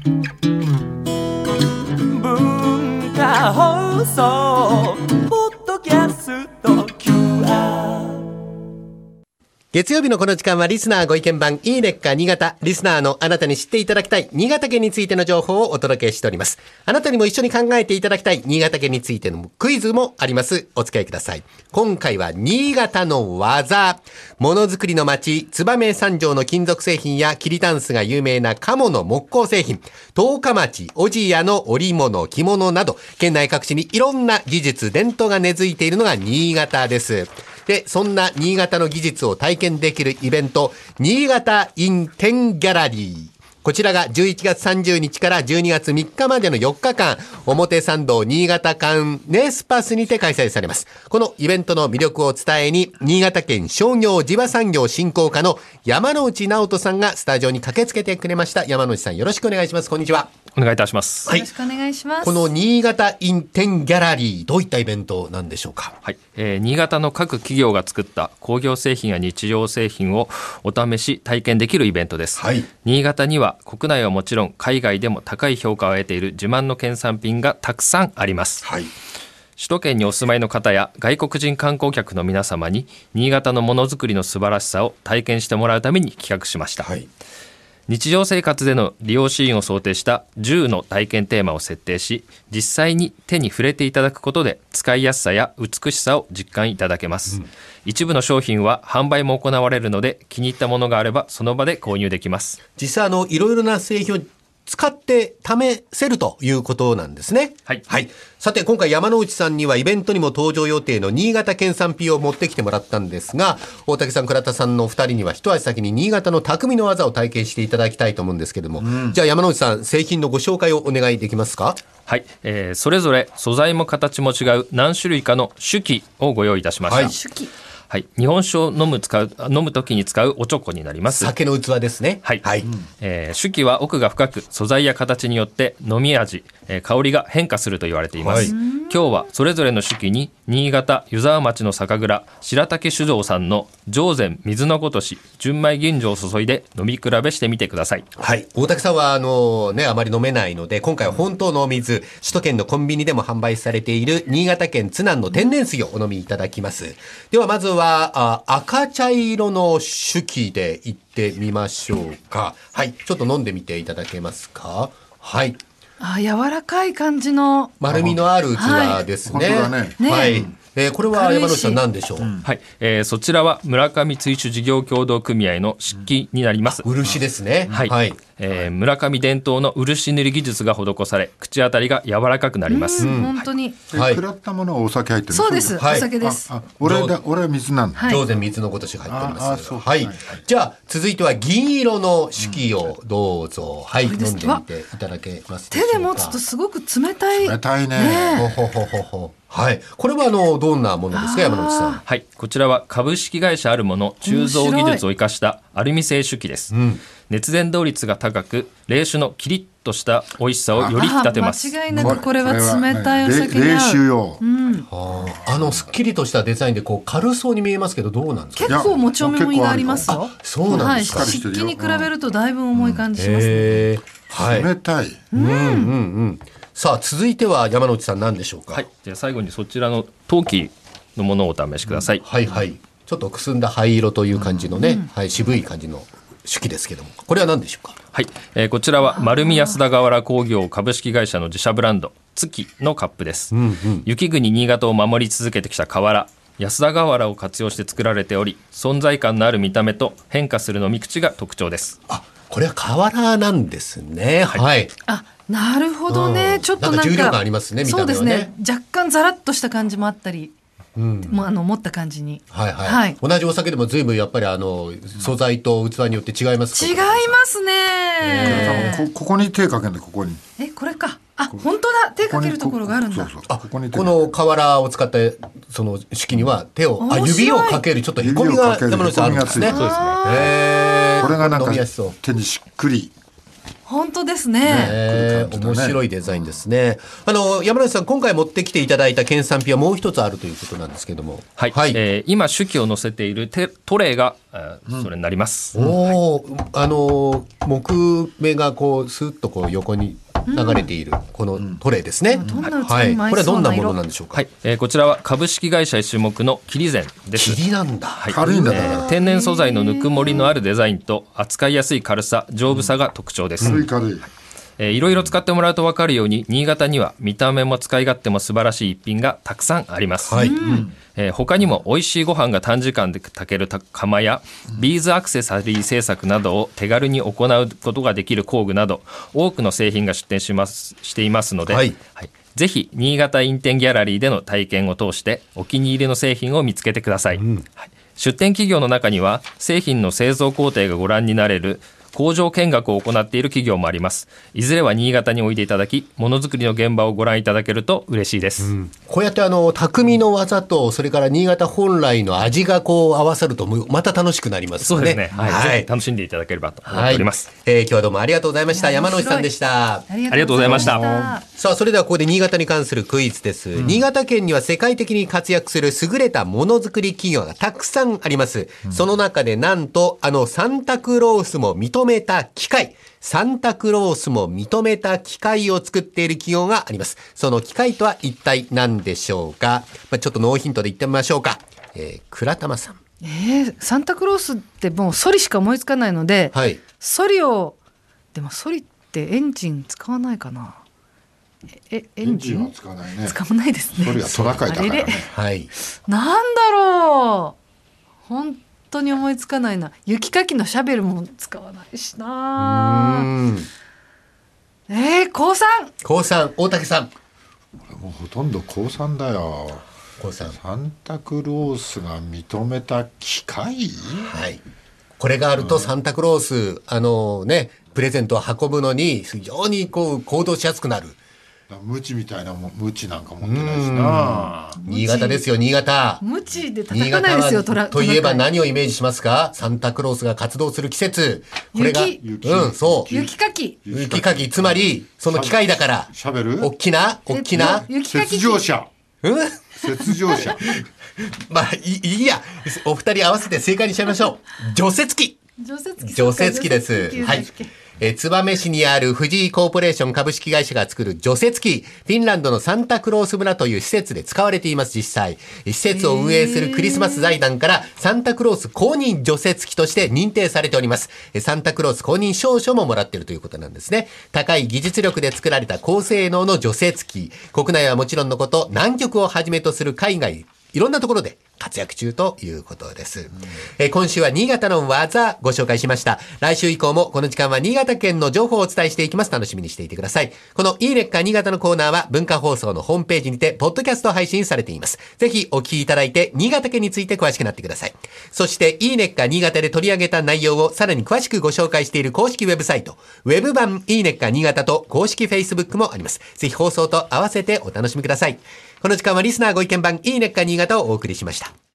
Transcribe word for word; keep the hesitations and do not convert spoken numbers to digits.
文化放送ポッドキャスト キューアール。 月曜日のこの時間はリスナーご意見番いいねっか新潟。リスナーのあなたに知っていただきたい新潟県についての情報をお届けしております。あなたにも一緒に考えていただきたい新潟県についてのクイズもあります。お付き合いください。今回は新潟の技。ものづくりの町、燕三条の金属製品や桐たんすが有名な鴨の木工製品、十日町、小千谷の織物、着物など、県内各地にいろんな技術、伝統が根付いているのが新潟です。で、そんな新潟の技術を体験できるイベント、新潟インテンギャラリー。こちらがじゅういちがつさんじゅうにちからじゅうにがつみっかまでのよっかかん、表参道新潟間ネスパスにて開催されます。このイベントの魅力を伝えに、新潟県商業地場産業振興課の山内直人さんがスタジオに駆けつけてくれました。山内さん、よろしくお願いします。こんにちは。 お願いいたします。 よろしくお願いします。 この新潟インテンギャラリー、どういったイベントなんでしょうか。 はい、えー、新潟の各企業が作った工業製品や日用製品をお試し体験できるイベントです。はい、新潟には国内はもちろん海外でも高い評価を得ている自慢の県産品がたくさんあります。はい、首都圏にお住まいの方や外国人観光客の皆様に新潟のものづくりの素晴らしさを体験してもらうために企画しました。はい、日常生活での利用シーンを想定したじゅうの体験テーマを設定し、実際に手に触れていただくことで使いやすさや美しさを実感いただけます。うん、一部の商品は販売も行われるので、気に入ったものがあればその場で購入できます。 実際あのいろいろな製品を使って試せるということなんですね。はい、はい、さて今回山内さんにはイベントにも登場予定の新潟県産品を持ってきてもらったんですが、大竹さん倉田さんのお二人には一足先に新潟の匠の技を体験していただきたいと思うんですけども、うん、じゃあ山内さん、製品のご紹介をお願いできますか。 はい、えー、それぞれ素材も形も違う何種類かの酒器をご用意いたしました。はい、酒器、はい、日本酒を飲む使う飲むときに使うおちょこになります。 酒の器ですね。はい、はい、 えー、酒器は奥が深く、素材や形によって飲み味、えー、香りが変化すると言われています。はい、今日はそれぞれの酒器に新潟湯沢町の酒蔵白竹酒造さんの上善水のごとし純米吟醸を注いで飲み比べしてみてください。 はい、大竹さんはあの、ね、あまり飲めないので、今回は本当のお水、首都圏のコンビニでも販売されている新潟県津南の天然水をお飲みいただきます。ではまずはあ赤茶色の酒器でいってみましょうか。はい、ちょっと飲んでみていただけますか。はい、 あ、柔らかい感じの丸みのある器ですね。はい、ね、はい、えー、これは山内さん何でしょう。うん、 はい、えー、そちらは村上追酒事業協同組合の漆器になります。 うん、漆ですね。 はい、はい、えー、村上伝統の漆塗り技術が施され、口当たりが柔らかくなります。 うん、本当に、 はい、食らったものはお酒入ってる。 そうです、はい、お酒です。 ああ、俺だ俺は水なんだ。 はい、上善水のごとしが入っております。はい、じゃあ続いては銀色の酒器をどうぞ。はい、飲んでみていただけますでしょうか。 手で持つとすごく冷たい。 冷たいね。 ね、 ほほほほほ。はい、これはあのどんなものですか、山内さん。 はい、こちらは株式会社あるもの鋳造技術を生かしたアルミ製酒器です。うん、熱伝導率が高く、冷酒のキリッとした美味しさをより引き立てます。 間違いなくこれは冷たいお酒に合う。 冷酒用。 うん、 はあ、あのすっきりとしたデザインでこう軽そうに見えますけど、どうなんですか。 結構もち米みがありますよ。 そうなんですか。 はい、漆器に比べるとだいぶ重い感じしますね。 はい、 冷たい。 うんうんうん。さあ続いては山内さん何でしょうか。 はい、じゃあ最後にそちらの陶器のものをお試しください。うん、 はいはい、ちょっとくすんだ灰色という感じのね、うん、はい、渋い感じの酒器ですけども、これは何でしょうか。 はい、えー、こちらは丸見安田河原工業株式会社の自社ブランド月のカップです。うんうん、雪国新潟を守り続けてきた瓦安田河原を活用して作られており、存在感のある見た目と変化する飲み口が特徴です。 あ、これは瓦なんですね。はい、はい、 あ、なるほどね。うん、ちょっとなんか重量がありますね。見た目はね。 そうですね。若干ザラッとした感じもあったり、うん、もうあの持った感じに、 はいはいはい、同じお酒でも随分やっぱりあの素材と器によって違いますか。 違いますね。 えー、こ, ここに手かけるんで、ここに。 え、これか。あ、本当だ。手かけるところがあるんだ。 そうそう、あ、ここに手この瓦を使ったその式には手を、あ、指をかけるちょっとへこみが山内さんあるんですね。そうですね。 これがなんか手にしっくり本当ですね。 えー、面白いデザインですね。あの山梨さん、今回持ってきていただいた県産品はもう一つあるということなんですけども、 はい、はい、えー、今手記を載せているテトレイが、えー、それになります。 うん、おお、はい、あの木目がこうスッとこう横に流れているこのトレイですね。 うん、 はい、これはどんなものなんでしょうか。 はい、えー、こちらは株式会社一目の桐膳です。 桐なんだ。 はい、 軽いんだ、 えー、天然素材のぬくもりのあるデザインと扱いやすい軽さ、丈夫さが特徴です。 軽い軽い。 えー、いろいろ使ってもらうと分かるように、新潟には見た目も使い勝手も素晴らしい一品がたくさんあります。はい、うん、えー、他にも美味しいご飯が短時間で炊ける釜やビーズアクセサリー製作などを手軽に行うことができる工具など多くの製品が出展しますしていますので、はいはい、ぜひ新潟インテンギャラリーでの体験を通してお気に入りの製品を見つけてください。うん、はい、出展企業の中には製品の製造工程がご覧になれる工場見学を行っている企業もあります。いずれは新潟においでいただき、ものづくりの現場をご覧いただけると嬉しいです。うん、 こうやってあの匠の技とそれから新潟本来の味がこう合わさるとまた楽しくなりますね。 そうですね。はいはい、ぜひ楽しんでいただければと思っております。 はい、えー、今日はどうもありがとうございました。山之内さんでした。 ありがとうございました。 さあ、それではここで新潟に関するクイズです。うん、新潟県には世界的に活躍する優れたものづくり企業がたくさんあります。うん、その中でなんとあのサンタクロースも認めた機械サンタクロースも認めた機械を作っている企業があります。その機械とは一体何でしょうか。まあ、ちょっとノーヒントで言ってみましょうか。えー、倉玉さん。 えー、サンタクロースってもうソリしか思いつかないので、はい、ソリをでもソリってエンジン使わないかな。えエンジンは使わないね。使わないですね。 ソリはトナカイだからね。 はい。 なんだろう。本本当に思いつかないな。雪かきのシャベルも使わないしな。うーん、えー、高三高三大竹さん。 俺もうほとんど高三だよ。 高三。 サンタクロースが認めた機械、 はい、これがあるとサンタクロースあのねプレゼントを運ぶのに非常にこう行動しやすくなる。 ムチみたいなもムチなんか持ってないしな。 新潟ですよ、新潟。 ムチで叩かないですよ。トラといえば何をイメージしますか。サンタクロースが活動する季節、これが雪、 うん、そう雪かき雪かき、つまりその機械だからシャベル、 大きな大きな雪上車、うん雪上車まあいいや、お二人合わせて正解にしちゃいましょう。除雪機除雪機除雪機です。はい。え燕市にある富士コーポレーション株式会社が作る除雪機、フィンランドのサンタクロース村という施設で使われています。実際施設を運営するクリスマス財団からサンタクロース公認除雪機として認定されております。サンタクロース公認証書ももらっているということなんですね。高い技術力で作られた高性能の除雪機、国内はもちろんのこと南極をはじめとする海外いろんなところで活躍中ということです。うん、え今週は新潟の技ご紹介しました。来週以降もこの時間は新潟県の情報をお伝えしていきます。楽しみにしていてください。このいいねっか新潟のコーナーは文化放送のホームページにてポッドキャスト配信されています。ぜひお聞きいただいて新潟県について詳しくなってください。そしていいねっか新潟で取り上げた内容をさらに詳しくご紹介している公式ウェブサイト、ウェブ版いいねっか新潟と公式フェイスブックもあります。ぜひ放送と合わせてお楽しみください。この時間はリスナーご意見番いいねっか新潟をお送りしました。